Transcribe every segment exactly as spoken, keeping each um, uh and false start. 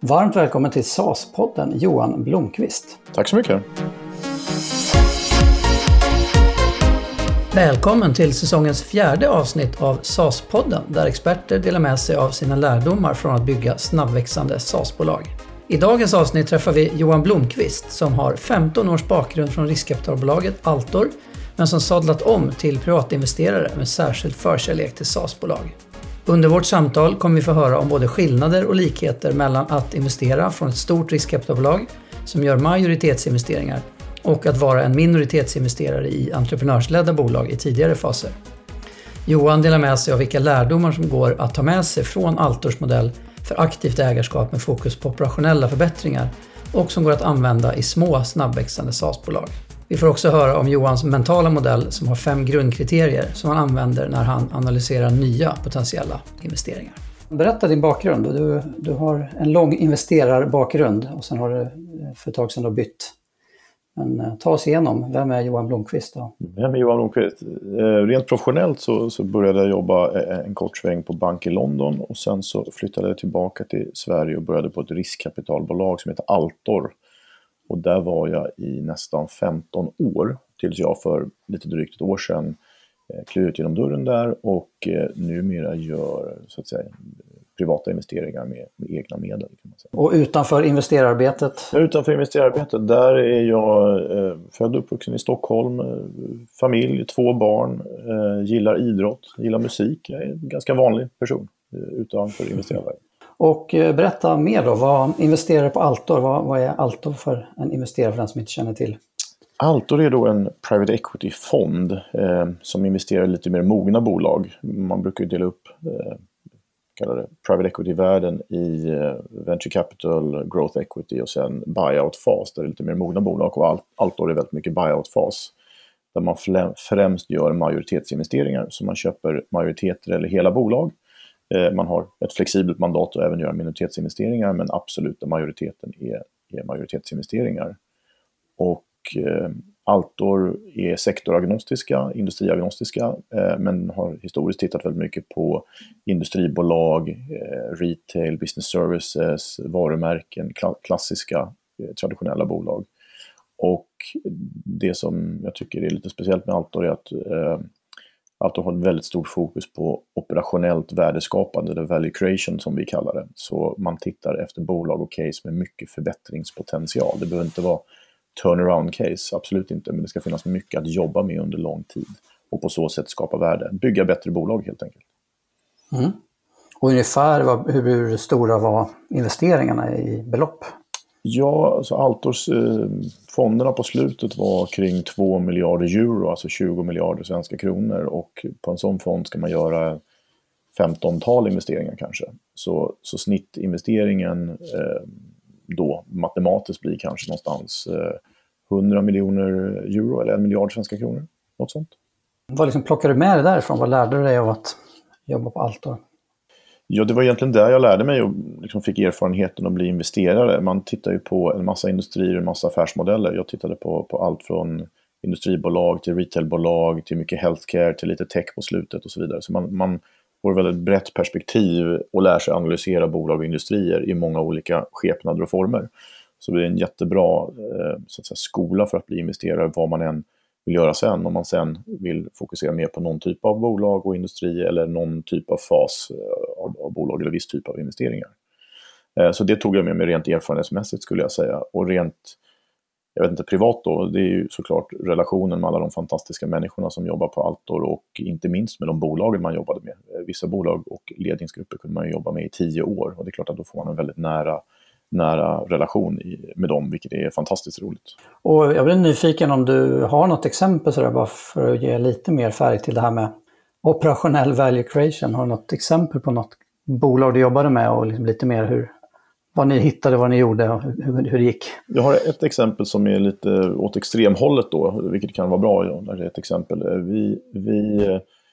Varmt välkommen till S A S-podden, Johan Blomqvist. Tack så mycket. Välkommen till säsongens fjärde avsnitt av S A S-podden, där experter delar med sig av sina lärdomar från att bygga snabbväxande S A S-bolag. I dagens avsnitt träffar vi Johan Blomqvist som har femton års bakgrund från riskkapitalbolaget Altor, men som sadlat om till privatinvesterare med särskild förkärlek till S A S-bolag. Under vårt samtal kommer vi få höra om både skillnader och likheter mellan att investera från ett stort riskkapitalbolag som gör majoritetsinvesteringar och att vara en minoritetsinvesterare i entreprenörsledda bolag i tidigare faser. Johan delar med sig av vilka lärdomar som går att ta med sig från Altors modell för aktivt ägarskap med fokus på operationella förbättringar och som går att använda i små snabbväxande S A S-bolag. Vi får också höra om Johans mentala modell som har fem grundkriterier som han använder när han analyserar nya potentiella investeringar. Berätta din bakgrund. Du, du har en lång investerarbakgrund och sen har du för ett tag sedan då bytt. Men ta oss igenom, vem är Johan Blomqvist då? Vem är Johan Blomqvist? Rent professionellt så, så började jag jobba en kort sväng på bank i London och sen så flyttade jag tillbaka till Sverige och började på ett riskkapitalbolag som heter Altor. Och där var jag i nästan femton år tills jag för lite drygt ett år sedan klev ut genom dörren där och numera gör så att säga privata investeringar med, med egna medel. Kan man säga. Och utanför investerarbetet? Utanför investerarbetet, där är jag eh, född och uppvuxen i Stockholm, eh, familj, två barn, eh, gillar idrott, gillar musik. Jag är en ganska vanlig person eh, utanför investerarvärlden. Och eh, berätta mer då, vad investerar på Altor? Vad, vad är Altor för en investerare för den som inte känner till? Altor är då en private equity-fond eh, som investerar i lite mer mogna bolag. Man brukar ju dela upp eh, kallar det private equity-världen i venture capital, growth equity och sen buyout-fas där det är lite mer mogna bolag och allt, allt då är väldigt mycket buyout-fas där man främst gör majoritetsinvesteringar så man köper majoriteter eller hela bolag. Man har ett flexibelt mandat att även göra minoritetsinvesteringar men absoluta majoriteten är, är majoritetsinvesteringar. Och eh, Altor är sektoragnostiska, industriagnostiska, eh, men har historiskt tittat väldigt mycket på industribolag, eh, retail, business services, varumärken, kla- klassiska eh, traditionella bolag. Och det som jag tycker är lite speciellt med Altor är att eh, Altor har ett väldigt stort fokus på operationellt värdeskapande, eller value creation som vi kallar det. Så man tittar efter bolag och case med mycket förbättringspotential. Det behöver inte vara turnaround case, absolut inte, men det ska finnas mycket att jobba med under lång tid och på så sätt skapa värde, bygga bättre bolag helt enkelt. Mm. Och ungefär vad, hur stora var investeringarna i belopp? Ja, alltså Altors eh, fonderna på slutet var kring två miljarder euro, alltså tjugo miljarder svenska kronor och på en sån fond ska man göra femton-tal investeringar kanske. Så, så snittinvesteringen eh, då matematiskt blir kanske någonstans eh, hundra miljoner euro eller en miljard svenska kronor. Något sånt. Vad liksom plockade du med dig därifrån? Vad lärde du dig av att jobba på Altor? Ja, det var egentligen där jag lärde mig och liksom fick erfarenheten att bli investerare. Man tittar ju på en massa industrier och en massa affärsmodeller. Jag tittade på, på allt från industribolag till retailbolag till mycket healthcare till lite tech på slutet och så vidare. Så man, man får ett väldigt brett perspektiv och lär sig analysera bolag och industrier i många olika skepnader och former. Så det är en jättebra eh, så att säga, skola för att bli investerare vad man än vill göra sen. Om man sen vill fokusera mer på någon typ av bolag och industri eller någon typ av fas av, av bolag eller viss typ av investeringar. Eh, så det tog jag med mig rent erfarenhetsmässigt skulle jag säga. Och rent, jag vet inte privat då, det är ju såklart relationen med alla de fantastiska människorna som jobbar på Altor och inte minst med de bolagen man jobbade med. Vissa bolag och ledningsgrupper kunde man jobba med i tio år och det är klart att då får man en väldigt nära, nära relation i, med dem, vilket är fantastiskt roligt. Och jag blir nyfiken om du har något exempel så där, bara för att ge lite mer färg till det här med operationell value creation. Har du något exempel på något bolag du jobbade med och liksom lite mer hur vad ni hittade, vad ni gjorde och hur, hur det gick? Jag har ett exempel som är lite åt extremhållet då, vilket kan vara bra. Ja, när det är ett exempel. Vi, vi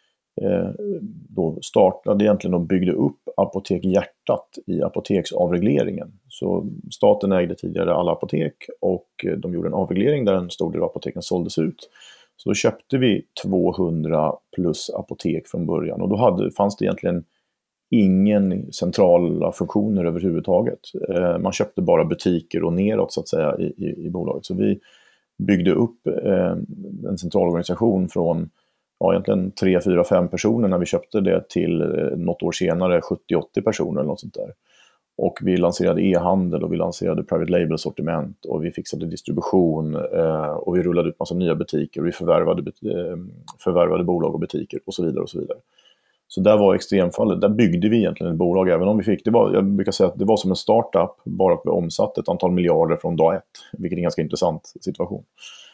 eh, då startade egentligen och byggde upp Apotek Hjärtat i apoteksavregleringen. Så staten ägde tidigare alla apotek och de gjorde en avreglering där en stor del av apoteken såldes ut. Så då köpte vi tvåhundra plus apotek från början och då hade, fanns det egentligen ingen centrala funktioner överhuvudtaget. Eh, man köpte bara butiker och neråt så att säga i, i, i bolaget. Så vi byggde upp eh, en centralorganisation från ja, egentligen tre, fyra, fem personer när vi köpte det till eh, något år senare sjuttio åttio personer eller något sånt där. Och vi lanserade e-handel och vi lanserade private label-sortiment och vi fixade distribution eh, och vi rullade ut massa nya butiker och vi förvärvade, eh, förvärvade bolag och butiker och så vidare och så vidare. Så där var extremfallet. Där byggde vi egentligen ett bolag även om vi fick, det var, jag brukar säga att det var som en startup, bara att vi omsatte ett antal miljarder från dag ett, vilket är en ganska intressant situation.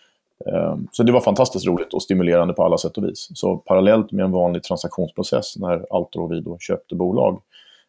Så det var fantastiskt roligt och stimulerande på alla sätt och vis. Så parallellt med en vanlig transaktionsprocess när Altor och vi då köpte bolag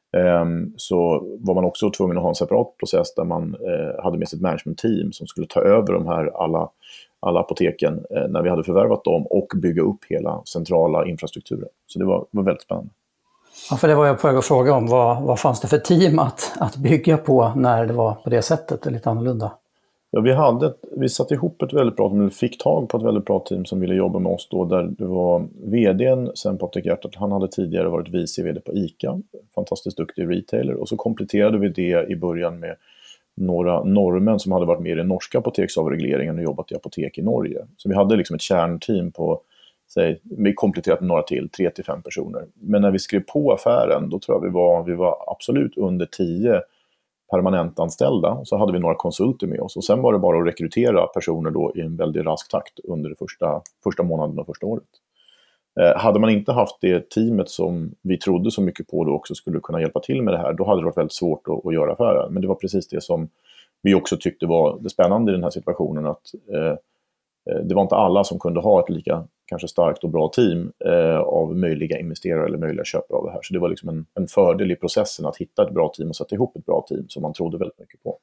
så var man också tvungen att ha en separat process där man hade med sig ett management-team som skulle ta över de här alla, alla apoteken när vi hade förvärvat dem och bygga upp hela centrala infrastrukturen. Så det var, var väldigt spännande. Ja, för det var jag på väg att fråga om. Vad, vad fanns det för team att, att bygga på när det var på det sättet, eller lite annorlunda? Ja, vi, hade ett, vi satte ihop ett väldigt bra, men fick tag på ett väldigt bra team som ville jobba med oss då, där det var vdn, sen Patrik Hjärtat, han hade tidigare varit vice vd på ICA, fantastiskt duktig retailer, och så kompletterade vi det i början med några norrmän som hade varit med i den norska apoteksavregleringen och jobbat i apotek i Norge. Så vi hade liksom ett kärnteam på, säg, vi kompletterat några till, tre till fem personer. Men när vi skrev på affären, då tror jag vi var, vi var absolut under tio permanentanställda, och så hade vi några konsulter med oss och sen var det bara att rekrytera personer då i en väldigt rask takt under det första, första månaden och första året. Eh, hade man inte haft det teamet som vi trodde så mycket på då också skulle kunna hjälpa till med det här, då hade det varit väldigt svårt att, att göra affärer. Men det var precis det som vi också tyckte var det spännande i den här situationen, att eh, det var inte alla som kunde ha ett lika kanske starkt och bra team eh, av möjliga investerare eller möjliga köpare av det här. Så det var liksom en, en fördel i processen att hitta ett bra team och sätta ihop ett bra team som man trodde väldigt mycket på.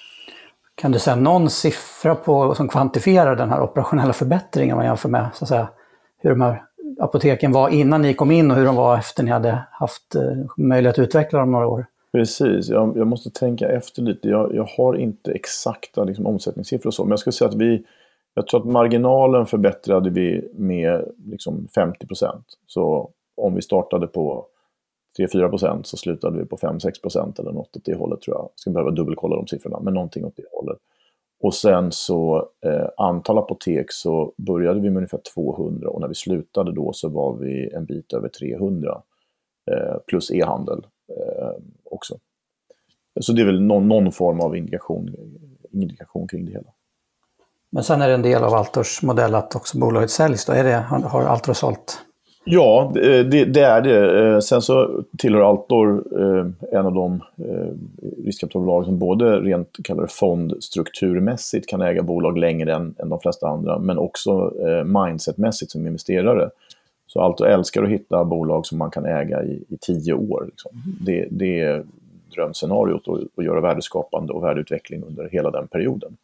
Kan du säga någon siffra på som kvantifierar den här operationella förbättringen man jämför med så att säga, hur de här apoteken var innan ni kom in och hur de var efter ni hade haft eh, möjlighet att utveckla dem några år? Precis, jag, jag måste tänka efter lite. Jag, jag har inte exakta liksom, omsättningssiffror och så, men jag skulle säga att vi Jag tror att marginalen förbättrade vi med liksom femtio procent. Så om vi startade på tre till fyra procent så slutade vi på fem till sex procent eller något åt det hållet, tror jag. Jag ska behöva dubbelkolla de siffrorna, men någonting åt det hållet. Och sen så eh, antal apotek så började vi med ungefär tvåhundra och när vi slutade då så var vi en bit över trehundra eh, plus e-handel eh, också. Så det är väl någon, någon form av indikation, indikation kring det hela. Men sen är det en del av Altors modell att också bolaget säljs då. Är det, har Altor sålt? Ja, det, det är det. Sen så tillhör Altor en av de riskkapitalbolag som både rent kallar det fondstrukturmässigt kan äga bolag längre än, än de flesta andra, men också mindsetmässigt som investerare. Så Altor älskar att hitta bolag som man kan äga i, i tio år. Liksom. Det, det är drömscenariot att, att göra värdeskapande och värdeutveckling under hela den perioden.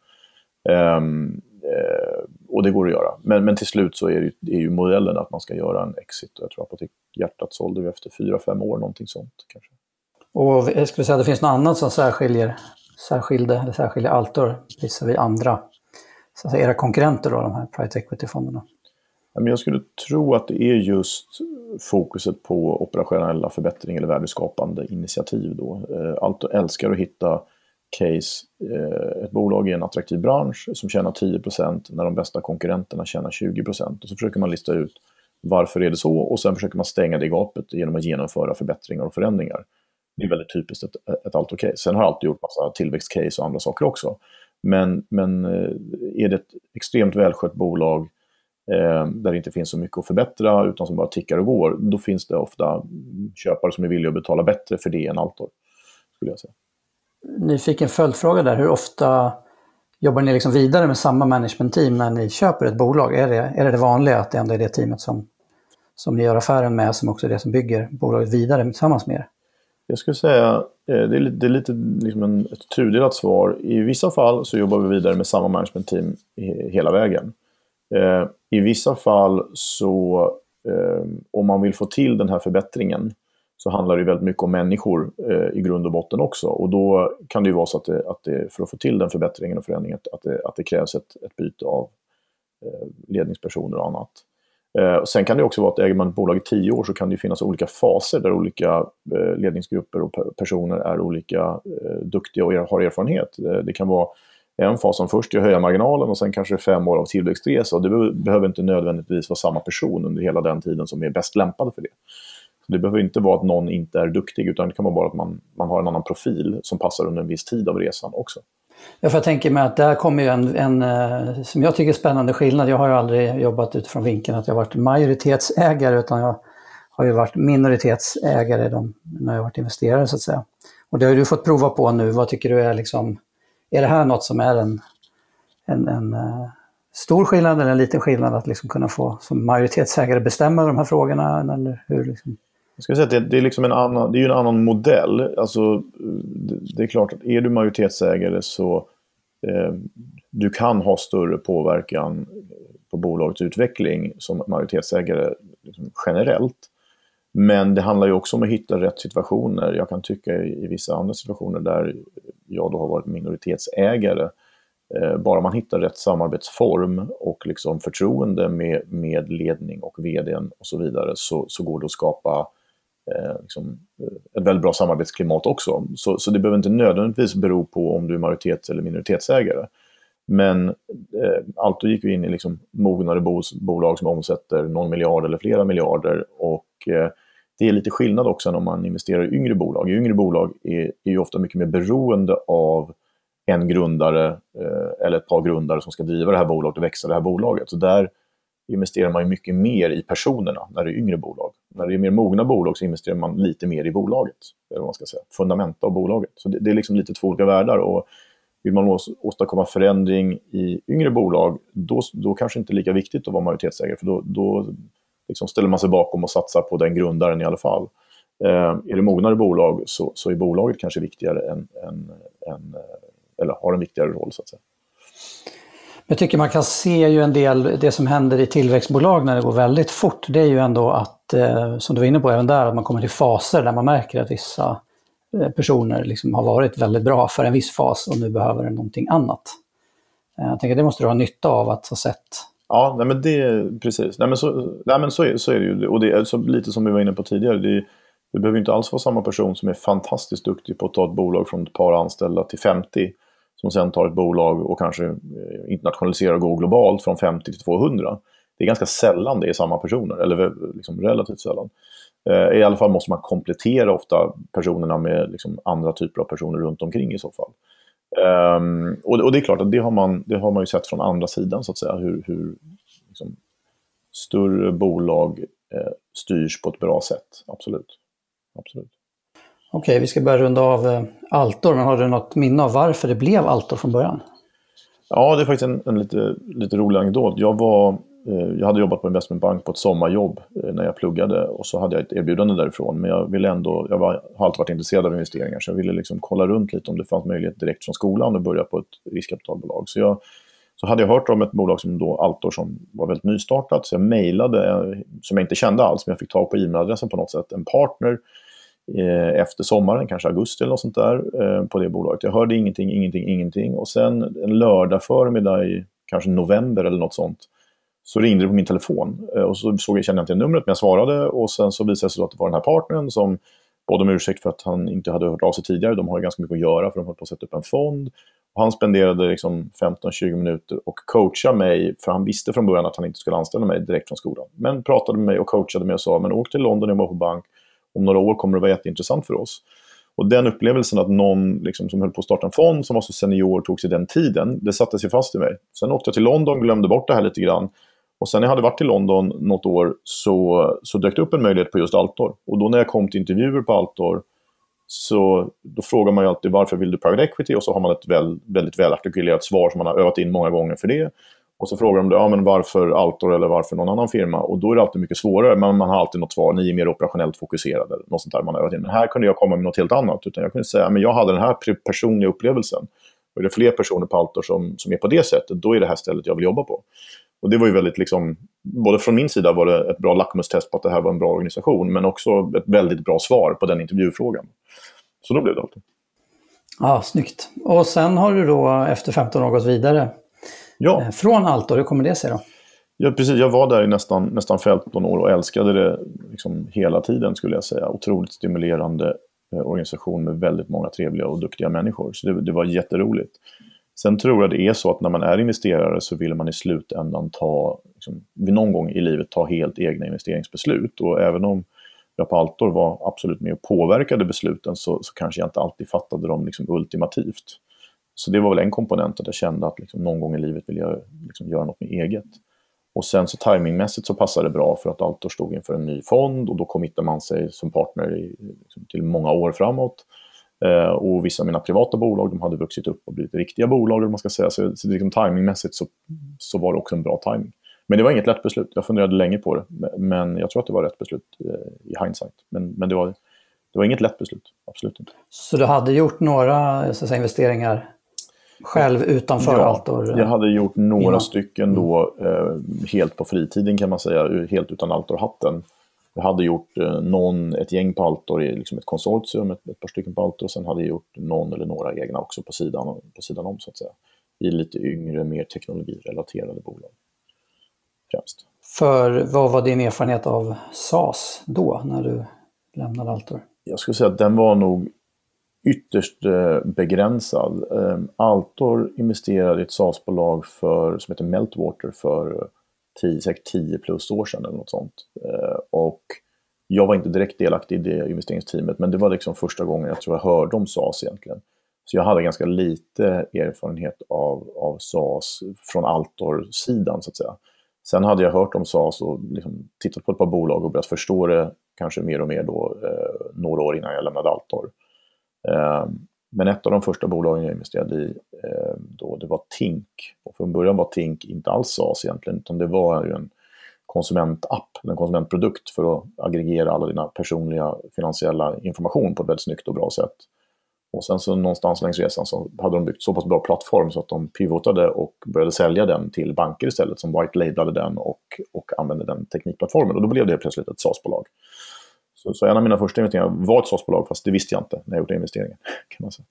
Um, uh, och det går att göra. Men, men till slut så är, det, är ju modellen att man ska göra en exit. Jag tror att Apotek Hjärtat sålde vi efter fyra, fem år, någonting sånt kanske. Och jag skulle säga att det finns något annat som särskiljer, särskilde, eller särskiljer Altor visavi andra, så att säga, era konkurrenter då, de här private equity-fonderna. Jag skulle tro att det är just fokuset på operationella förbättring eller värdeskapande initiativ då. Altor älskar att hitta case, ett bolag i en attraktiv bransch som tjänar tio procent när de bästa konkurrenterna tjänar tjugo procent. Och så försöker man lista ut varför är det så och sen försöker man stänga det gapet genom att genomföra förbättringar och förändringar. Det är väldigt typiskt ett, ett Altor-case. Sen har Altor gjort massa tillväxtcase och andra saker också. Men, men är det ett extremt välskött bolag eh, där det inte finns så mycket att förbättra utan som bara tickar och går, då finns det ofta köpare som är villiga att betala bättre för det än Altor, skulle jag säga. Nyfiken följdfråga där. Hur ofta jobbar ni liksom vidare med samma management-team när ni köper ett bolag? Är det är det, det vanliga att det ändå är det teamet som, som ni gör affären med som också är det som bygger bolaget vidare tillsammans med er? Jag skulle säga det är lite, det är lite liksom en, ett tudelat svar. I vissa fall så jobbar vi vidare med samma management-team hela vägen. Eh, I vissa fall så eh, om man vill få till den här förbättringen så handlar det väldigt mycket om människor eh, i grund och botten också. Och då kan det ju vara så att, det, att det, för att få till den förbättringen och förändringen att det, att det krävs ett, ett byte av eh, ledningspersoner och annat. Eh, sen kan det också vara att äger man ett bolag i tio år så kan det finnas olika faser där olika eh, ledningsgrupper och pe- personer är olika eh, duktiga och er- har erfarenhet. Eh, det kan vara en fas som först är att höja marginalen och sen kanske fem år av tillväxtresa. Och det be- behöver inte nödvändigtvis vara samma person under hela den tiden som är bäst lämpad för det. Så det behöver inte vara att någon inte är duktig, utan det kan vara bara att man, man har en annan profil som passar under en viss tid av resan också. Ja, för jag tänker mig att där kommer ju en, en som jag tycker är spännande skillnad. Jag har ju aldrig jobbat utifrån vinkeln att jag har varit majoritetsägare, utan jag har ju varit minoritetsägare de, när jag har varit investerare så att säga. Och det har du fått prova på nu. Vad tycker du är liksom, är det här något som är en, en, en uh, stor skillnad eller en liten skillnad att liksom kunna få som majoritetsägare bestämma de här frågorna? Eller hur liksom? Jag ska säga att det, det är liksom en annan, det är ju en annan modell. Alltså, det, det är klart att är du majoritetsägare så eh, du kan ha större påverkan på bolagets utveckling som majoritetsägare liksom generellt. Men det handlar ju också om att hitta rätt situationer. Jag kan tycka i, i vissa andra situationer där jag då har varit minoritetsägare, eh, bara man hittar rätt samarbetsform och liksom förtroende med, med ledning och vdn och så vidare, så, så går det att skapa Eh, liksom, ett väldigt bra samarbetsklimat också. Så, så det behöver inte nödvändigtvis bero på om du är majoritets- eller minoritetsägare. Men eh, allt gick ju in i liksom mognare bo- bolag som omsätter någon miljard eller flera miljarder. Och eh, det är lite skillnad också än om man investerar i yngre bolag. I yngre bolag är, är ju ofta mycket mer beroende av en grundare eh, eller ett par grundare som ska driva det här bolaget och växa det här bolaget. Så där investerar man ju mycket mer i personerna när det är yngre bolag. När det är mer mogna bolag så investerar man lite mer i bolaget. Det är vad man ska säga. Fundamenta av bolaget. Så det, det är liksom lite två olika världar. Och vill man åstadkomma förändring i yngre bolag, då, då kanske inte lika viktigt att vara majoritetsägare. För då, då liksom ställer man sig bakom och satsar på den grundaren i alla fall. Eh, är det mognare bolag så, så är bolaget kanske viktigare än, än, än, eller har en viktigare roll så att säga. Jag tycker man kan se ju en del, det som händer i tillväxtbolag när det går väldigt fort, det är ju ändå att, eh, som du var inne på även där, att man kommer till faser där man märker att vissa eh, personer liksom har varit väldigt bra för en viss fas och nu behöver någonting annat. Eh, jag tänker att det måste du ha nytta av att ha sett. Ja, nej men det precis. Nej men så, nej men så, är, så är det ju. Och det är så, lite som vi var inne på tidigare, det, det behöver inte alls vara samma person som är fantastiskt duktig på att ta ett bolag från ett par anställda till femtio, som sen tar ett bolag och kanske internationaliserar och går globalt från femtio till tvåhundra. Det är ganska sällan det är samma personer, eller liksom relativt sällan. Eh, I alla fall måste man komplettera ofta personerna med liksom andra typer av personer runt omkring i så fall. Um, och, och det är klart att det har man, det har man ju sett från andra sidan så att säga, hur, hur liksom, större bolag eh, styrs på ett bra sätt. Absolut. Absolut. Okej, vi ska börja runda av eh, Altor, men har du något minne av varför det blev Altor från början? Ja, det är faktiskt en, en lite, lite rolig anekdot. Jag, var, eh, jag hade jobbat på investmentbank på ett sommarjobb eh, när jag pluggade, och så hade jag ett erbjudande därifrån. Men jag ville ändå, jag var, har alltid varit intresserad av investeringar, så jag ville liksom kolla runt lite om det fanns möjlighet direkt från skolan att börja på ett riskkapitalbolag. Så, jag, så hade jag hört om ett bolag som då Altor som var väldigt nystartat, så jag mejlade, som jag inte kände alls, men jag fick tag på e-mailadressen på något sätt, en partner efter sommaren, kanske augusti eller något sånt där, på det bolaget. Jag hörde ingenting, ingenting, ingenting. Och sen en lördag förmiddag i kanske november eller något sånt, så ringde det på min telefon. Och så såg jag, kände jag inte numret, men jag svarade. Och sen så visade det sig att det var den här partnern som bad om ursäkt för att han inte hade hört av sig tidigare. De har ju ganska mycket att göra, för de höll på att sätta upp en fond. Och han spenderade liksom femton till tjugo minuter och coachade mig, för han visste från början att han inte skulle anställa mig direkt från skolan. Men pratade med mig och coachade mig och sa, men åk till London och jobba på bank. Om några år kommer det vara jätteintressant för oss. Och den upplevelsen att någon liksom, som höll på att starta en fond som var så senior tog sig den tiden, det satte sig fast i mig. Sen åkte jag till London, glömde bort det här lite grann. Och sen när jag hade varit i London något år så, så dök det upp en möjlighet på just Altor. Och då när jag kom till intervjuer på Altor, så då frågar man ju alltid varför vill du private equity, och så har man ett väl, väldigt välartikulerat svar som man har övat in många gånger för det. Och så frågar de ja, men varför Altor eller varför någon annan firma, och då är det alltid mycket svårare, men man har alltid något svar, ni är mer operationellt fokuserade eller något sånt där man har övat in. Men här kunde jag komma med något helt annat, utan jag kunde säga men jag hade den här personliga upplevelsen, och är det fler personer på Altor som, som är på det sättet, då är det här stället jag vill jobba på. Och det var ju väldigt liksom, både från min sida var det ett bra lackmustest på att det här var en bra organisation, men också ett väldigt bra svar på den intervjufrågan. Så då blev det Altor. Ja, snyggt. Och sen har du då efter femton år gått vidare. Ja. Från Altor, hur kommer det sig då? Ja, precis. Jag var där i nästan, nästan femton år och älskade det liksom hela tiden, skulle jag säga. Otroligt stimulerande eh, organisation med väldigt många trevliga och duktiga människor. Så det, det var jätteroligt. Sen tror jag det är så att när man är investerare så vill man i slutändan ta, liksom, vid någon gång i livet ta helt egna investeringsbeslut. Och även om jag på Altor var absolut med och påverkade besluten så, så kanske jag inte alltid fattade dem liksom ultimativt. Så det var väl en komponent att jag kände att liksom, någon gång i livet vill jag liksom, göra något med eget. Och sen så timingmässigt så passade det bra för att Altor stod inför en ny fond och då committar man sig som partner i, liksom, till många år framåt. Eh, och vissa av mina privata bolag de hade vuxit upp och blivit riktiga bolag, man ska säga. Så, så liksom, timingmässigt så, så var det också en bra timing. Men det var inget lätt beslut. Jag funderade länge på det. Men jag tror att det var rätt beslut eh, i hindsight. Men, men det, var, det var inget lätt beslut. Absolut inte. Så du hade gjort några så att säga, investeringar själv utanför ja, Altor? Jag hade gjort några innan. stycken då eh, helt på fritiden kan man säga. Helt utan Altor-hatten. Jag hade gjort eh, någon, ett gäng på Altor i liksom ett konsortium, ett, ett par stycken på Altor. Och sen hade jag gjort någon eller några egna också på sidan, på sidan om så att säga. I lite yngre, mer teknologirelaterade bolag. Främst. För vad var din erfarenhet av S A S då när du lämnade Altor? Jag skulle säga att den var nog ytterst eh, begränsad. Eh, Altor investerade i ett S A S-bolag för, som heter Meltwater för tio, säkert tio plus år sedan eller något sånt. Eh, och jag var inte direkt delaktig i det investeringsteamet, men det var liksom första gången jag tror jag hörde om S A S egentligen. Så jag hade ganska lite erfarenhet av, av S A S från Altor-sidan så att säga. Sen hade jag hört om S A S och liksom tittat på ett par bolag och börjat förstå det kanske mer och mer då, eh, några år innan jag lämnade Altor. Eh, men ett av de första bolagen jag investerade i eh, då, det var Tink. Och från början var Tink inte alls S A S egentligen, utan det var ju en konsumentapp, en konsumentprodukt för att aggregera alla dina personliga finansiella information på ett väldigt snyggt och bra sätt. Och sen så någonstans längs resan så hade de byggt så pass bra plattform så att de pivotade och började sälja den till banker istället som white-labelade den och, och använde den teknikplattformen. Och då blev det plötsligt ett S A S-bolag. Så, så en av mina första investeringar var ett S A S-bolag, fast det visste jag inte när jag gjorde investeringen, kan man säga.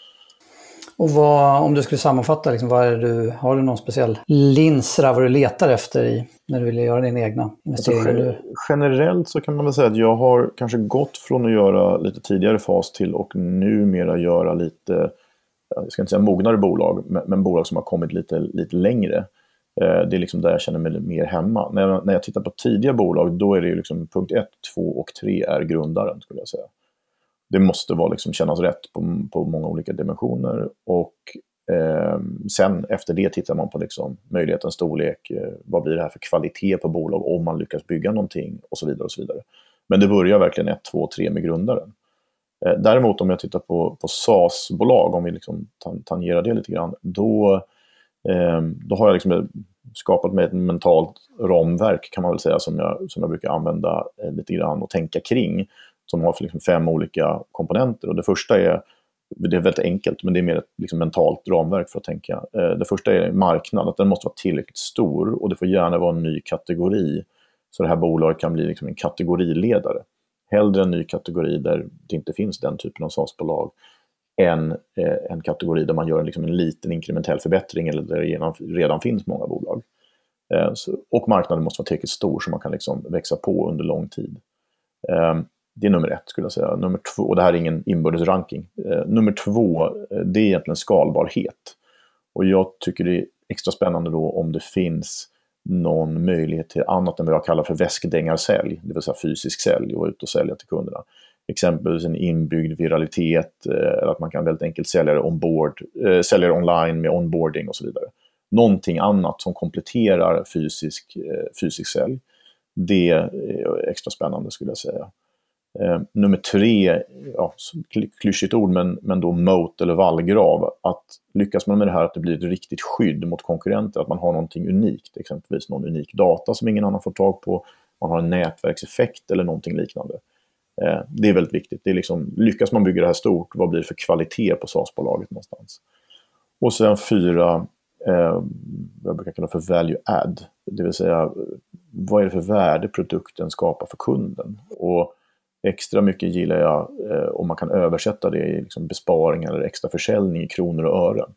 Och vad, om du skulle sammanfatta, liksom, vad är du, har du någon speciell lins där vad du letar efter i, när du vill göra din egna investering? Alltså, generellt så kan man väl säga att jag har kanske gått från att göra lite tidigare fas till och numera göra lite, jag ska inte säga mognare bolag, men, men bolag som har kommit lite, lite längre. Eh, det är liksom där jag känner mig mer hemma. När jag, när jag tittar på tidiga bolag, då är det ju liksom punkt ett, två och tre är grundaren, skulle jag säga. Det måste vara liksom kännas rätt på, på många olika dimensioner. Och eh, sen efter det tittar man på liksom möjlighetens storlek. Eh, vad blir det här för kvalitet på bolag om man lyckas bygga någonting och så vidare och så vidare. Men det börjar verkligen ett, två, tre med grundaren. Eh, däremot om jag tittar på, på S A S-bolag, om vi liksom tangerar det lite grann, då, eh, då har jag liksom skapat mig ett mentalt ramverk kan man väl säga som jag, som jag brukar använda eh, lite grann och tänka kring. Som har liksom fem olika komponenter. Och det första är, det är väldigt enkelt, men det är mer ett liksom mentalt ramverk för att tänka. Det första är marknad, att den måste vara tillräckligt stor och det får gärna vara en ny kategori. Så det här bolaget kan bli liksom en kategoriledare. Hellre en ny kategori där det inte finns den typen av S A S-bolag än en kategori där man gör en, liksom en liten inkrementell förbättring eller där det redan, redan finns många bolag. Och marknaden måste vara tillräckligt stor så man kan liksom växa på under lång tid. Det är nummer ett skulle jag säga. Nummer två, och det här är ingen inbördes ranking. Eh, nummer två, eh, det är egentligen skalbarhet. Och jag tycker det är extra spännande då om det finns någon möjlighet till annat än vad jag kallar för väskdängarsälj. Det vill säga fysisk sälj och ut och sälja till kunderna. Exempelvis en inbyggd viralitet. Eh, eller att man kan väldigt enkelt sälja det, onboard, eh, sälja det online med onboarding och så vidare. Någonting annat som kompletterar fysisk, eh, fysisk sälj. Det är extra spännande skulle jag säga. Eh, nummer tre, ja, klyschigt ord, men, men då moat eller vallgrav. Att lyckas man med det här att det blir ett riktigt skydd mot konkurrenter, att man har någonting unikt, exempelvis någon unik data som ingen annan får tag på, man har en nätverkseffekt eller någonting liknande. Eh, det är väldigt viktigt. Det är liksom, lyckas man bygga det här stort, vad blir det för kvalitet på S A S-bolaget någonstans? Och sen fyra, eh, jag brukar kalla för value add, det vill säga vad är det för värde produkten skapar för kunden? Och extra mycket gillar jag eh, om man kan översätta det i liksom besparing eller extra försäljning i kronor och ören.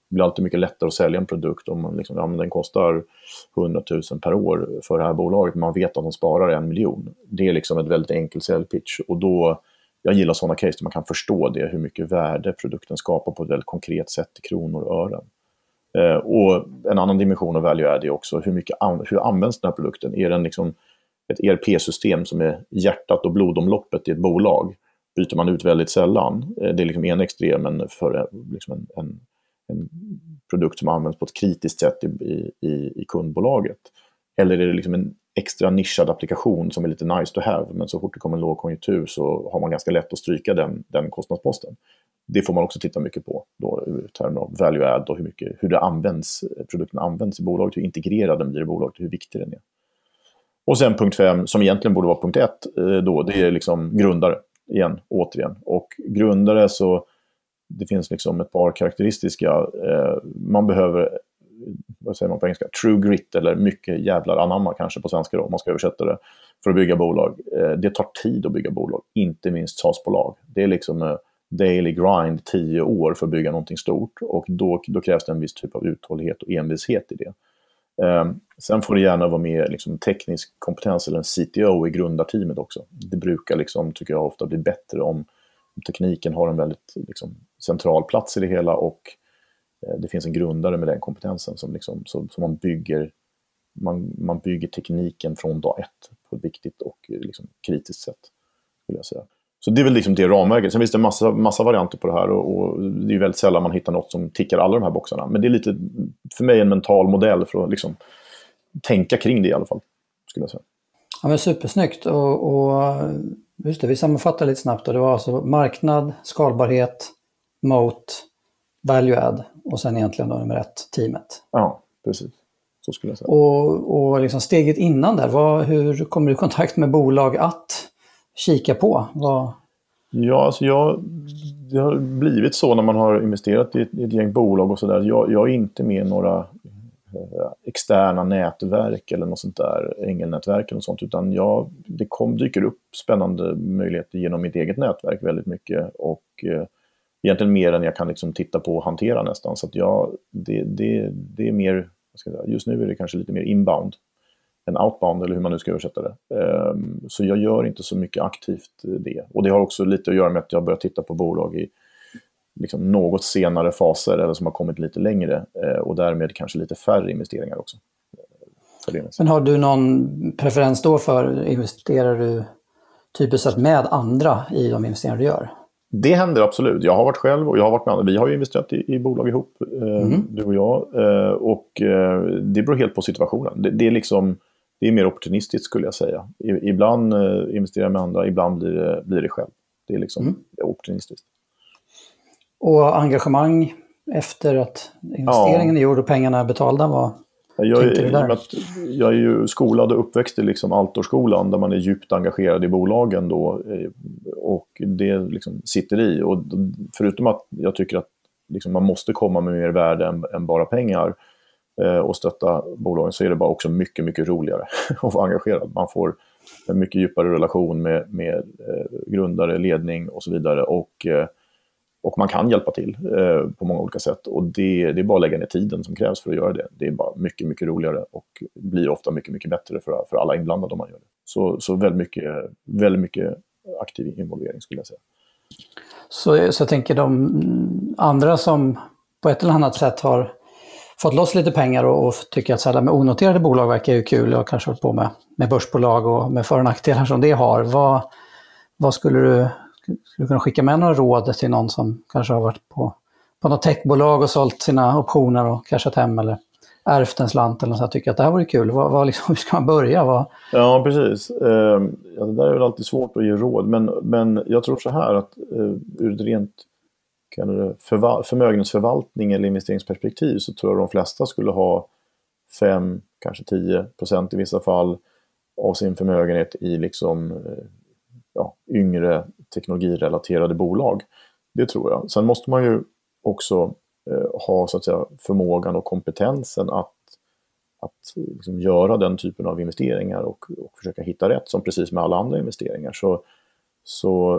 blir alltid mycket lättare att sälja en produkt om man liksom, ja, men den kostar hundratusen per år för det här bolaget. Man vet att de sparar en miljon. Det är liksom ett väldigt enkel säljpitch. Och då, jag gillar sådana case där man kan förstå det, hur mycket värde produkten skapar på ett väldigt konkret sätt i kronor och ören. Eh, och en annan dimension av value är det också, hur, mycket, hur används den här produkten? Är den liksom ett E R P-system som är hjärtat och blodomloppet i ett bolag? Byter man ut väldigt sällan. Eh, det är liksom en extremen för liksom en, en en produkt som används på ett kritiskt sätt i, i, i kundbolaget. Eller är det liksom en extra nischad applikation som är lite nice to have, men så fort det kommer en lågkonjunktur så har man ganska lätt att stryka den, den kostnadsposten. Det får man också titta mycket på då, i termer av value add och hur, mycket, hur det används, produkten används i bolaget, hur integrerad den blir i bolaget, hur viktig den är. Och sen punkt fem, som egentligen borde vara punkt ett, då, det är liksom grundare igen, återigen. Och grundare så det finns liksom ett par karaktäristiska, eh, man behöver, vad säger man på engelska, true grit eller mycket jävlar anamma kanske på svenska då, om man ska översätta det, för att bygga bolag. Eh, det tar tid att bygga bolag, inte minst SaaS-bolag. Det är liksom eh, daily grind, tio år för att bygga någonting stort, och då, då krävs det en viss typ av uthållighet och envishet i det. Eh, sen får det gärna vara med liksom, teknisk kompetens eller en C T O i grundarteamet också. Det brukar liksom, tycker jag, ofta bli bättre om tekniken har en väldigt liksom, central plats i det hela, och eh, det finns en grundare med den kompetensen som, liksom, som, som man bygger man, man bygger tekniken från dag ett på ett viktigt och liksom, kritiskt sätt, skulle jag säga. Så det är väl liksom det ramverket. Sen finns det en massa, massa varianter på det här, och, och det är väldigt sällan man hittar något som tickar alla de här boxarna. Men det är lite, för mig, en mental modell för att liksom, tänka kring det i alla fall, skulle jag säga. Ja, men supersnyggt. Och, och just det, vi sammanfattar lite snabbt. Och det var alltså marknad, skalbarhet, moat, value add och sen egentligen då nummer ett, teamet. Ja, precis. Så skulle jag säga. Och, och liksom steget innan där, vad, hur kommer du i kontakt med bolag att kika på? Vad... Ja, alltså jag, det har blivit så när man har investerat i ett, i ett gäng bolag och sådär. Jag, jag är inte med i några externa nätverk eller något sånt där, ängelnätverk eller sånt, utan jag, det kom, dyker upp spännande möjligheter genom mitt eget nätverk väldigt mycket, och eh, egentligen mer än jag kan liksom titta på och hantera nästan, så att jag, det, det, det är mer, vad ska jag säga, just nu är det kanske lite mer inbound än outbound, eller hur man nu ska översätta det. Um, så jag gör inte så mycket aktivt det, och det har också lite att göra med att jag börjar titta på bolag i liksom något senare faser, eller som har kommit lite längre, eh, och därmed kanske lite färre investeringar också. Men har du någon preferens då för, investerar du typiskt sett med andra i de investeringar du gör? Det händer absolut. Jag har varit själv och jag har varit med andra. Vi har ju investerat i, i bolag ihop, eh, mm. du och jag, eh, och eh, det beror helt på situationen. Det, det är liksom, det är mer opportunistiskt, skulle jag säga. I, ibland eh, investerar jag med andra, ibland blir det, blir det själv. Det är liksom mm. opportunistiskt. Och engagemang efter att investeringen är gjord och pengarna är betalda, vad jag är, du där? Att jag är ju skolad och uppväxt i liksom Altorskolan, där man är djupt engagerad i bolagen då, och det liksom sitter i. Och förutom att jag tycker att liksom man måste komma med mer värde än, än bara pengar eh, och stötta bolagen, så är det bara också mycket, mycket roligare att vara engagerad. Man får en mycket djupare relation med, med eh, grundare, ledning och så vidare, och eh, Och man kan hjälpa till eh, på många olika sätt. Och det, det är bara att lägga ner tiden som krävs för att göra det. Det är bara mycket, mycket roligare och blir ofta mycket, mycket bättre för, för alla inblandade om man gör det. Så, så väldigt, mycket, väldigt mycket aktiv involvering, skulle jag säga. Så, så jag tänker de andra som på ett eller annat sätt har fått loss lite pengar och, och tycker att så här med onoterade bolag verkar ju kul, och kanske hållit på med, med börsbolag och med för- och nackdelar som det har. Vad, vad skulle du... Skulle du kunna skicka med några råd till någon som kanske har varit på, på något techbolag och sålt sina optioner och cashat hem, eller ärvt en slant eller något, så jag tycker att det här vore kul. Vad, vad liksom, hur ska man börja? Vad... Ja, precis. Eh, ja, det där är väl alltid svårt att ge råd. Men, men jag tror så här att eh, ur ett rent kan det, förval- förmögenhetsförvaltning eller investeringsperspektiv, så tror jag de flesta skulle ha fem, kanske tio procent i vissa fall av sin förmögenhet i liksom... Eh, Ja, yngre teknologirelaterade bolag. Det tror jag. Sen måste man ju också eh, ha så att säga, förmågan och kompetensen att, att liksom, göra den typen av investeringar och, och försöka hitta rätt, som precis med alla andra investeringar. Så, så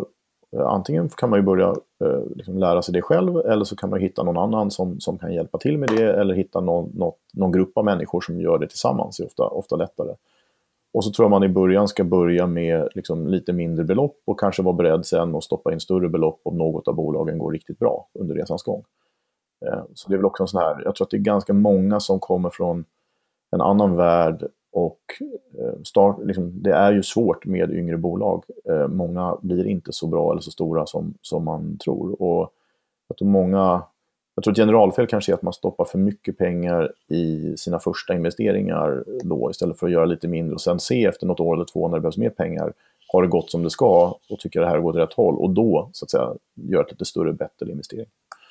Antingen kan man ju börja eh, liksom lära sig det själv, eller så kan man hitta någon annan som, som kan hjälpa till med det, eller hitta någon, något, någon grupp av människor som gör det tillsammans. Det är ofta, ofta lättare. Och så tror jag man i början ska börja med liksom lite mindre belopp och kanske vara beredd sen att stoppa in större belopp om något av bolagen går riktigt bra under resans gång. Eh, så det är väl också en sån här, jag tror att det är ganska många som kommer från en annan värld. Och start, liksom, det är ju svårt med yngre bolag. Eh, många blir inte så bra eller så stora som, som man tror. Och jag tror många, jag tror ett generalfel kanske är att man stoppar för mycket pengar i sina första investeringar då, istället för att göra lite mindre och sen se efter något år eller två när det behövs mer pengar. Har det gått som det ska och tycker att det här går åt rätt håll, och då så att säga gör ett lite större, bättre investering.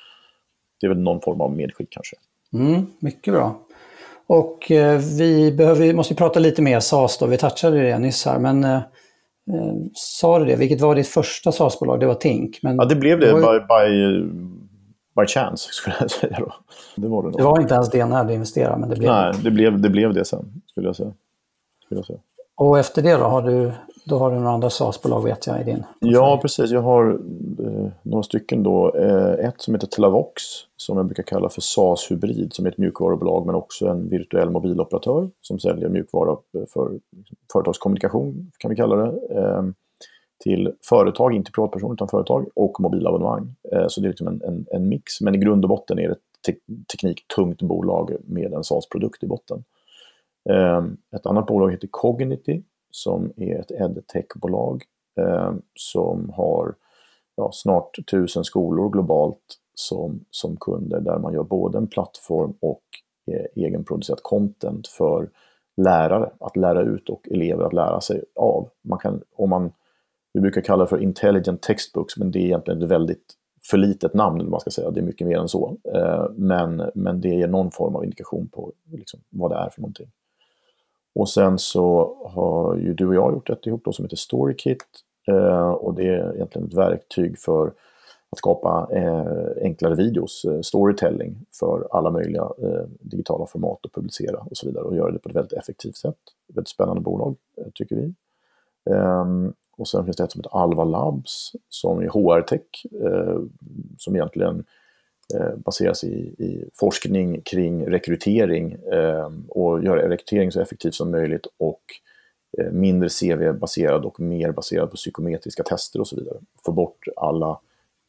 Det är väl någon form av medskick kanske. Mm, mycket bra. Och eh, vi behöver, måste prata lite mer SaaS då, vi touchade det nyss här, men eh, sa du det? Vilket var ditt första SaaS-bolag? Det var Tink. Men ja, det blev det, det var ju... by, by, by chance skulle jag säga då. Det var, det det var inte ens det när du investerade, men det blev Nej, det blev det, blev det sen, skulle jag säga. Skulle jag säga. Och efter det då har du, då har du några andra SaaS-bolag, vet jag, i din? Ja, precis. Jag har eh, några stycken då. Eh, ett som heter Telavox, som jag brukar kalla för SaaS-hybrid, som är ett mjukvarubolag men också en virtuell mobiloperatör som säljer mjukvara för liksom, företagskommunikation, kan vi kalla det, eh, till företag, inte privatpersoner utan företag, och mobilabonnemang. Eh, så det är liksom en, en, en mix, men i grund och botten är det ett te- tekniktungt bolag med en SaaS-produkt i botten. Eh, ett annat bolag heter Cognity, som är ett edtech-bolag eh, som har ja, snart tusen skolor globalt som, som kunder, där man gör både en plattform och eh, egenproducerat content för lärare att lära ut och elever att lära sig av. Man kan, om man, vi brukar kalla det för intelligent textbooks, men det är egentligen ett väldigt för litet namn, man ska säga. Det är mycket mer än så. Eh, men, men det ger någon form av indikation på liksom, vad det är för någonting. Och sen så har ju du och jag gjort ett ihop då som heter StoryKit. Eh, och det är egentligen ett verktyg för att skapa eh, enklare videos, eh, storytelling för alla möjliga eh, digitala format och publicera och så vidare. Och göra det på ett väldigt effektivt sätt. Ett väldigt spännande bolag, eh, tycker vi. Eh, och sen finns det ett som heter Alva Labs som är H R-tech. Eh, som egentligen eh, baseras i, i forskning kring rekrytering. Eh, och göra rekrytering så effektivt som möjligt och eh, mindre C V-baserad och mer baserad på psykometriska tester och så vidare. Få bort alla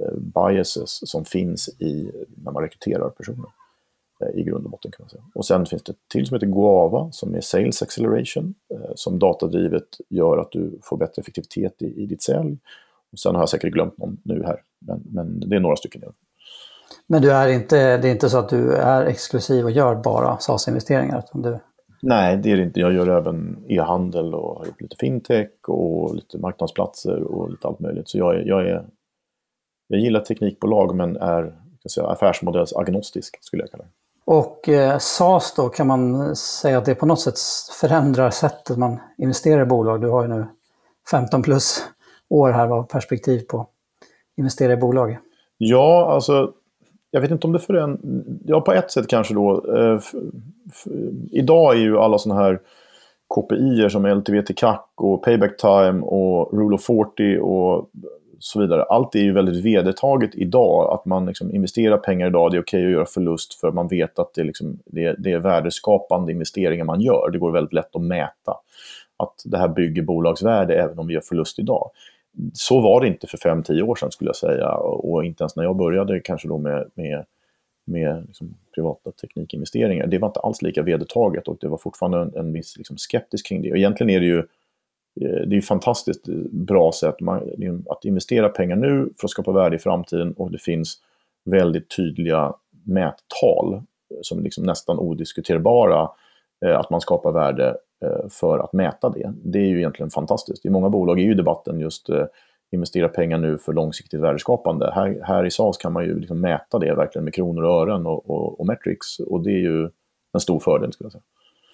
biases som finns i när man rekryterar personer i grund och botten, kan man säga. Och sen finns det till som heter Guava som är Sales Acceleration, som datadrivet gör att du får bättre effektivitet i, i ditt sälj. Och sen har jag säkert glömt någon nu här, men, men det är några stycken. Men du är inte, det är inte så att du är exklusiv och gör bara SaaS-investeringar? Utan du... Nej, det är det inte. Jag gör även e-handel och har gjort lite fintech och lite marknadsplatser och lite allt möjligt. Så jag är, jag är Jag gillar teknikbolag men är kan säga, affärsmodellsagnostisk, skulle jag kalla det. Och eh, SaaS då, kan man säga att det på något sätt förändrar sättet man investerar i bolag? Du har ju nu femton plus år här av perspektiv på investera i bolag. Ja, alltså jag vet inte om det förändrar. Ja, på ett sätt kanske då. Eh, f- f- idag är ju alla såna här K P I-er som L T V till C A C och payback time och rule of fyrtio och så vidare. Allt är ju väldigt vedertaget idag, att man liksom investerar pengar idag, det är okej att göra förlust för man vet att det, liksom, det, det är värdeskapande investeringar man gör. Det går väldigt lätt att mäta att det här bygger bolagsvärde även om vi gör förlust idag. Så var det inte för fem till tio år sedan, skulle jag säga, och inte ens när jag började kanske då med, med, med liksom privata teknikinvesteringar. Det var inte alls lika vedertaget och det var fortfarande en, en viss liksom skeptisk kring det. Och egentligen är det ju Det är ett fantastiskt bra sätt att investera pengar nu för att skapa värde i framtiden, och det finns väldigt tydliga mättal som är liksom nästan odiskuterbara, att man skapar värde för att mäta det. Det är ju egentligen fantastiskt. I många bolag är ju debatten just investera pengar nu för långsiktigt värdeskapande. Här, här i SaaS kan man ju liksom mäta det verkligen med kronor och ören och, och, och metrics, och det är ju en stor fördel, skulle jag säga.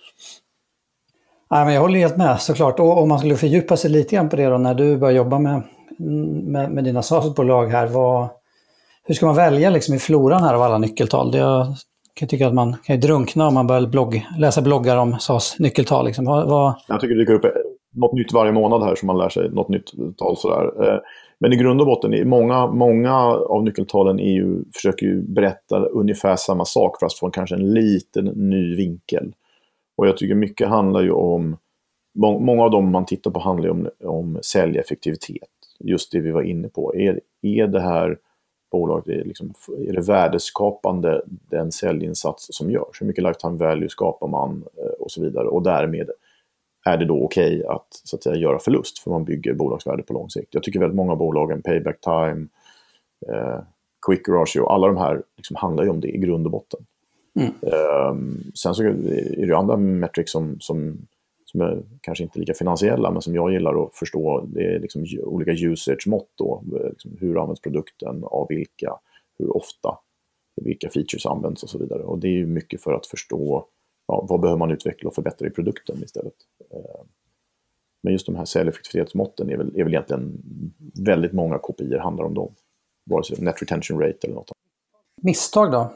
Nej, men jag håller helt med, såklart. Och om man skulle fördjupa sig lite grann på det då, när du börjar jobba med, med, med dina SaaS-bolag här, vad, hur ska man välja liksom i floran här av alla nyckeltal? Det, jag kan tycka att man kan ju drunkna om man börjar blogg, läsa bloggar om SaaS-nyckeltal. Liksom. Vad, vad... Jag tycker det dyker upp något nytt varje månad här som man lär sig, något nytt tal sådär. Men i grund och botten, många, många av nyckeltalen är ju, försöker ju berätta ungefär samma sak fast få kanske en liten ny vinkel. Och jag tycker mycket handlar ju om, många av dem man tittar på handlar ju om, om säljeffektivitet. Just det vi var inne på. Är, är det här bolaget, är, liksom, är det värdeskapande den säljinsats som görs? Hur mycket lifetime value skapar man och så vidare. Och därmed är det då okej okay att, så att säga, göra förlust för man bygger bolagsvärde på lång sikt. Jag tycker väldigt många bolagen, payback time, eh, quick ratio, alla de här liksom handlar ju om det i grund och botten. Mm. Um, sen så är det ju andra metrics som, som, som är kanske inte lika finansiella men som jag gillar att förstå. Det är liksom olika usage-mått då. Liksom hur används produkten, av vilka, hur ofta, vilka features används och så vidare. Och det är ju mycket för att förstå, ja, vad behöver man utveckla och förbättra i produkten istället. Men just de här säljeffektivitetsmåtten är väl, är väl egentligen väldigt många kopior handlar om dem. Vare sig net retention rate eller något. Misstag då?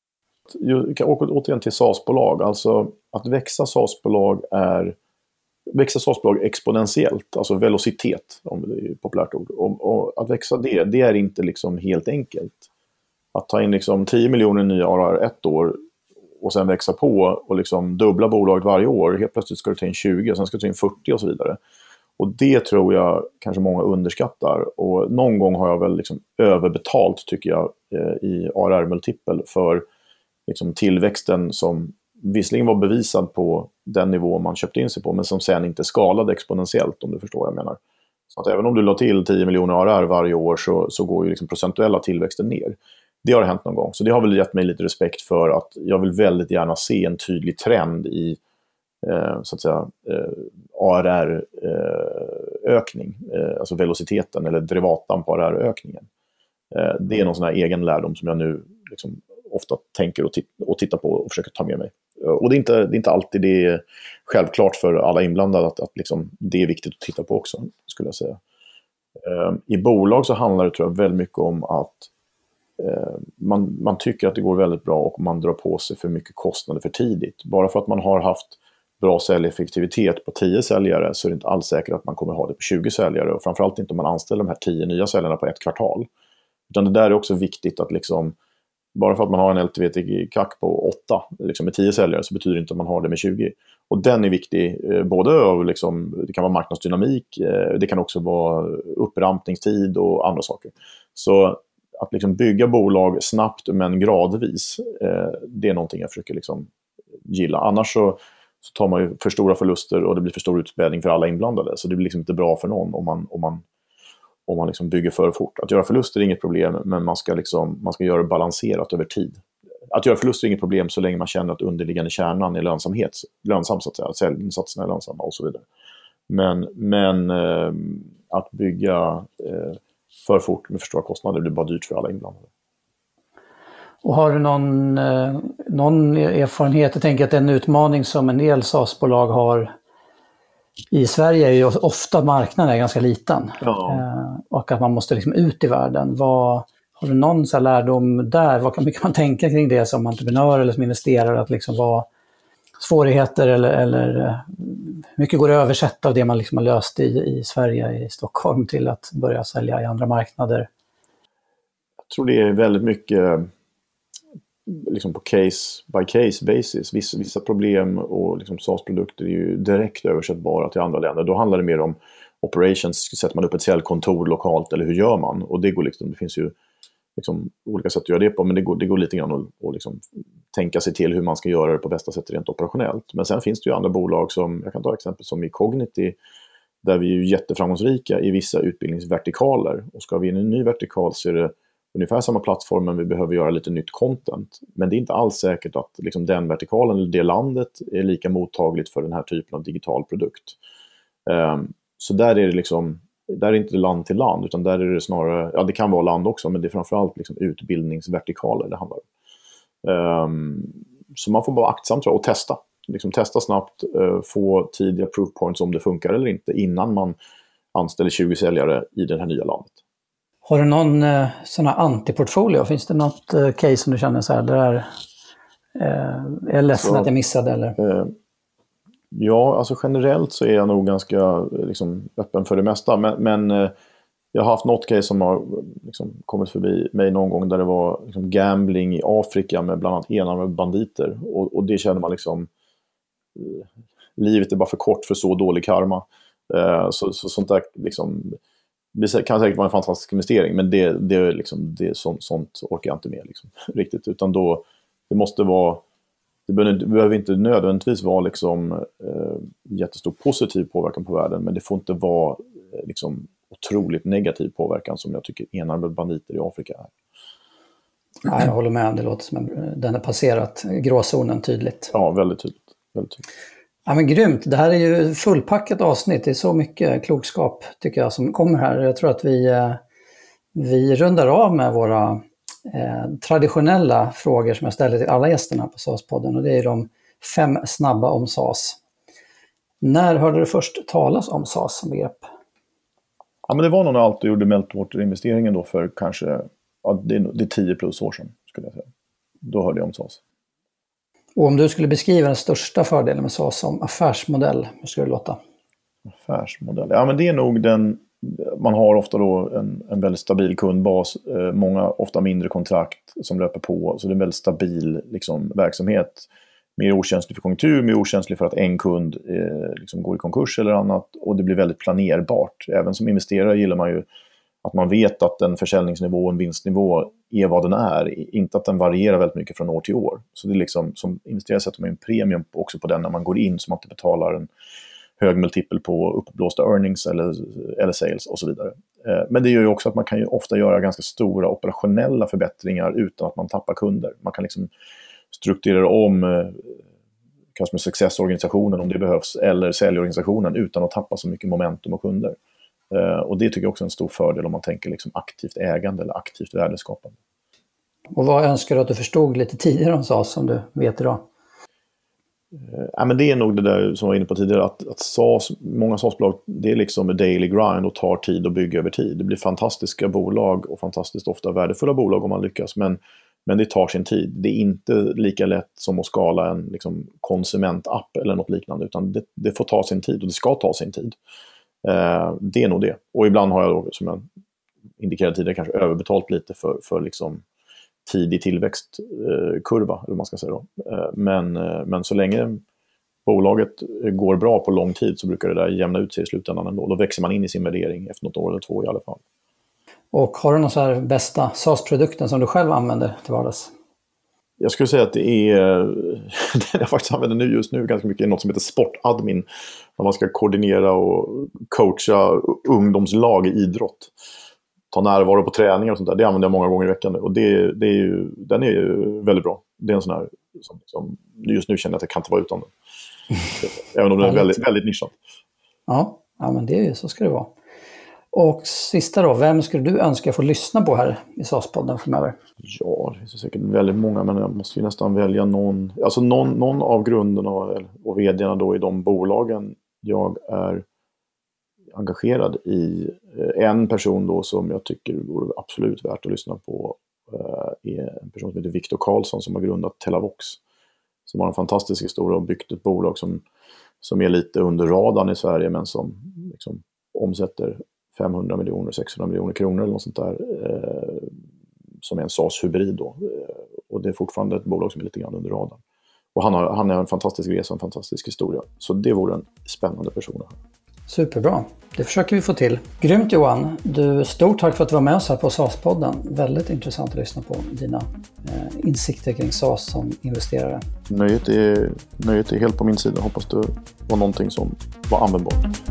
Återigen till SaaS-bolag. Alltså att växa SaaS-bolag är växa SaaS-bolag exponentiellt, alltså velocitet om det är ett populärt ord. Och, och att växa det, det är inte liksom helt enkelt. Att ta in liksom tio miljoner nya A R R ett år och sen växa på och liksom dubbla bolaget varje år. Helt plötsligt ska du ta in tjugo och sen ska du ta in fyrtio och så vidare. Och det tror jag kanske många underskattar. Och någon gång har jag väl liksom överbetalt tycker jag i A R R-multipel för liksom tillväxten som visserligen var bevisad på den nivå man köpte in sig på men som sen inte skalade exponentiellt om du förstår vad jag menar. Så att även om du la till tio miljoner A R R varje år så, så går ju liksom procentuella tillväxten ner. Det har hänt någon gång. Så det har väl gett mig lite respekt för att jag vill väldigt gärna se en tydlig trend i eh, så att säga eh, A R R-ökning. Eh, alltså velociteten eller derivatan på A R R-ökningen. Eh, det är någon sån här egen lärdom som jag nu liksom ofta tänker och, tit- och tittar på och försöker ta med mig. Och det är inte, det är inte alltid det är självklart för alla inblandade att, att liksom det är viktigt att titta på också, skulle jag säga. Eh, I bolag så handlar det tror jag väldigt mycket om att eh, man, man tycker att det går väldigt bra och man drar på sig för mycket kostnader för tidigt. Bara för att man har haft bra säljeffektivitet på tio säljare så är det inte alls säkert att man kommer ha det på tjugo säljare. Och framförallt inte om man anställer de här tio nya säljarna på ett kvartal. Utan det där är också viktigt att liksom bara för att man har en L T V till C A C på åtta liksom med tio säljare så betyder det inte att man har det med tjugo. Och den är viktig, eh, både av liksom, det kan vara marknadsdynamik, eh, det kan också vara upprampningstid och andra saker. Så att liksom bygga bolag snabbt men gradvis, eh, det är någonting jag försöker liksom gilla. Annars så, så tar man ju för stora förluster och det blir för stor utspädning för alla inblandade. Så det blir liksom inte bra för någon om man, om man om man liksom bygger för fort. Att göra förluster är inget problem, men man ska, liksom, man ska göra det balanserat över tid. Att göra förluster är inget problem så länge man känner att underliggande kärnan är lönsamhet, lönsam, så att säga. Säljinsatserna är lönsamma och så vidare. Men, men eh, att bygga eh, för fort med för stora kostnader blir bara dyrt för alla inblandade. Och har du någon, eh, någon erfarenhet? Jag tänker att en utmaning som en del SaaS-bolag har i Sverige är ju ofta marknaden är ganska liten. Ja. Eh, och att man måste liksom ut i världen. Vad, har du någon så här lärdom där? Vad kan, kan man tänka kring det som entreprenör eller som investerare? Att liksom vad svårigheter eller, eller mycket går att översätta av det man liksom har löst i, i Sverige, i Stockholm till att börja sälja i andra marknader? Jag tror det är väldigt mycket liksom på case by case basis. Vissa, vissa problem och liksom SaaS-produkter är ju direkt översättbara till andra länder. Då handlar det mer om operations. Sätter man upp ett säljkontor lokalt eller hur gör man? Och det går liksom, det finns ju liksom olika sätt att göra det på, men det går, det går lite grann att, att liksom tänka sig till hur man ska göra det på bästa sätt rent operationellt. Men sen finns det ju andra bolag som, jag kan ta exempel som i Cognity, där vi är ju jätteframgångsrika i vissa utbildningsvertikaler. Och ska vi in i en ny vertikal så är det ungefär samma plattform, men vi behöver göra lite nytt content. Men det är inte alls säkert att liksom den vertikalen eller det landet är lika mottagligt för den här typen av digital produkt. Um, så där är det liksom, där är det inte land till land, utan där är det snarare, ja det kan vara land också, men det är framförallt liksom utbildningsvertikaler det handlar om. Um, så man får bara aktsamt tror jag, och testa. Liksom testa snabbt, uh, få tidiga proof points om det funkar eller inte innan man anställer tjugo säljare i det här nya landet. Har du någon eh, sån här antiportfolio? Finns det något eh, case som du känner så här, det där, eh, är jag ledsen så, att jag missade? Eller? Eh, Ja, alltså generellt så är jag nog ganska liksom, öppen för det mesta. Men, men eh, jag har haft något case som har liksom, kommit förbi mig någon gång där det var liksom, gambling i Afrika med bland annat enarmade banditer. Och, och det känner man liksom, eh, livet är bara för kort för så dålig karma. Eh, så, så sånt där liksom, det kan säkert vara en fantastisk investering, men det, det, liksom, det, sånt, sånt orkar jag inte med liksom, riktigt. Utan då, det måste vara, det behöver, det behöver inte nödvändigtvis vara liksom, eh, jättestor positiv påverkan på världen, men det får inte vara eh, liksom, otroligt negativ påverkan som jag tycker enarmade banditer i Afrika är. Ja, jag håller med, det låter som en, den har passerat gråzonen tydligt. Ja, väldigt tydligt. Väldigt tydligt. Ja, men grymt. Det här är ju fullpackat avsnitt. Det är så mycket klokskap tycker jag som kommer här. Jag tror att vi, vi rundar av med våra eh, traditionella frågor som jag ställer till alla gästerna på S A S-podden. Och det är de fem snabba om S A S. När hörde du först talas om S A S som begrepp? Ja, men det var nog när jag alltid gjorde Meltwater-investeringen då för kanske, ja, det är, det är tio plus år sedan skulle jag säga. Då hörde jag om S A S. Och om du skulle beskriva den största fördelen med S A S som affärsmodell, hur skulle det låta? Affärsmodell? Ja, men det är nog den, man har ofta då en, en väldigt stabil kundbas, eh, många ofta mindre kontrakt som löper på, så det är en väldigt stabil liksom, verksamhet. Mer okänslig för konjunktur, mer okänslig för att en kund eh, liksom går i konkurs eller annat, och det blir väldigt planerbart. Även som investerare gillar man ju att man vet att en försäljningsnivå och en vinstnivå är vad den är. Inte att den varierar väldigt mycket från år till år. Så det är liksom, som investerare sätter man en premium också på den när man går in, som att det betalar en hög multipel på uppblåsta earnings eller, eller sales och så vidare. Men det gör ju också att man kan ju ofta göra ganska stora operationella förbättringar utan att man tappar kunder. Man kan liksom strukturera om customer success-organisationen om det behövs, eller säljorganisationen utan att tappa så mycket momentum och kunder. Uh, och det tycker jag också är en stor fördel om man tänker liksom aktivt ägande eller aktivt värdeskapande. Och vad önskar du att du förstod lite tidigare om S A S som du vet idag? Uh, ja, men det är nog det där som jag var inne på tidigare, att, att S A S, många S A S-bolag, det är liksom en daily grind och tar tid att bygga över tid. Det blir fantastiska bolag och fantastiskt ofta värdefulla bolag om man lyckas, men, men det tar sin tid. Det är inte lika lätt som att skala en liksom, konsumentapp eller något liknande, utan det, det får ta sin tid och det ska ta sin tid. Uh, det är nog det. Och ibland har jag då, som jag indikerade tidigare, kanske överbetalt lite för, för liksom tidig tillväxtkurva, uh, eller vad man ska säga då. Uh, men, uh, men så länge bolaget går bra på lång tid så brukar det där jämna ut sig i slutändan ändå. Då växer man in i sin värdering efter något år eller två i alla fall. Och har du någon så här bästa S A S-produkten som du själv använder till vardags? Jag skulle säga att det är, det jag faktiskt använder nu just nu ganska mycket, är något som heter sportadmin. När man ska koordinera och coacha ungdomslag i idrott. Ta närvaro på träningar och sånt där. Det använder jag många gånger i veckan nu. Och det, det är ju, den är ju väldigt bra. Det är en sån här, som, som just nu känner jag att jag kan inte vara utan den. Även om den är väldigt, väldigt nischad. Ja, ja, men det är ju, så ska det vara. Och sista då, vem skulle du önska få lyssna på här i S A S-podden framöver? Ja, det finns säkert väldigt många, men jag måste ju nästan välja någon. Alltså någon, någon av grunderna och vdarna då i de bolagen jag är engagerad i. En person då som jag tycker vore absolut värt att lyssna på är en person som heter Viktor Karlsson som har grundat Telavox. Som har en fantastisk historia och byggt ett bolag som, som är lite under radarn i Sverige, men som liksom omsätter femhundra miljoner, sexhundra miljoner kronor eller något sånt där, eh, som är en S A S-hybrid då. Eh, och det är fortfarande ett bolag som är lite grann under radarn. Och han har, han har en fantastisk resa, en fantastisk historia. Så det vore en spännande person. Superbra, det försöker vi få till. Grymt Johan, du, stort tack för att du var med oss här på S A S-podden. Väldigt intressant att lyssna på dina eh, insikter kring S A S som investerare. Nöjet är, nöjet är helt på min sida. Hoppas det var någonting som var användbart.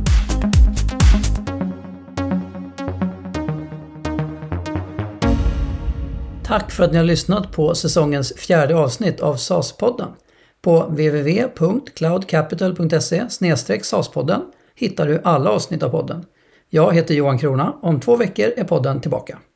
Tack för att ni har lyssnat på säsongens fjärde avsnitt av S A S-podden. På w w w punkt cloud capital punkt se slash S A S-podden hittar du alla avsnitt av podden. Jag heter Johan Krona. Om två veckor är podden tillbaka.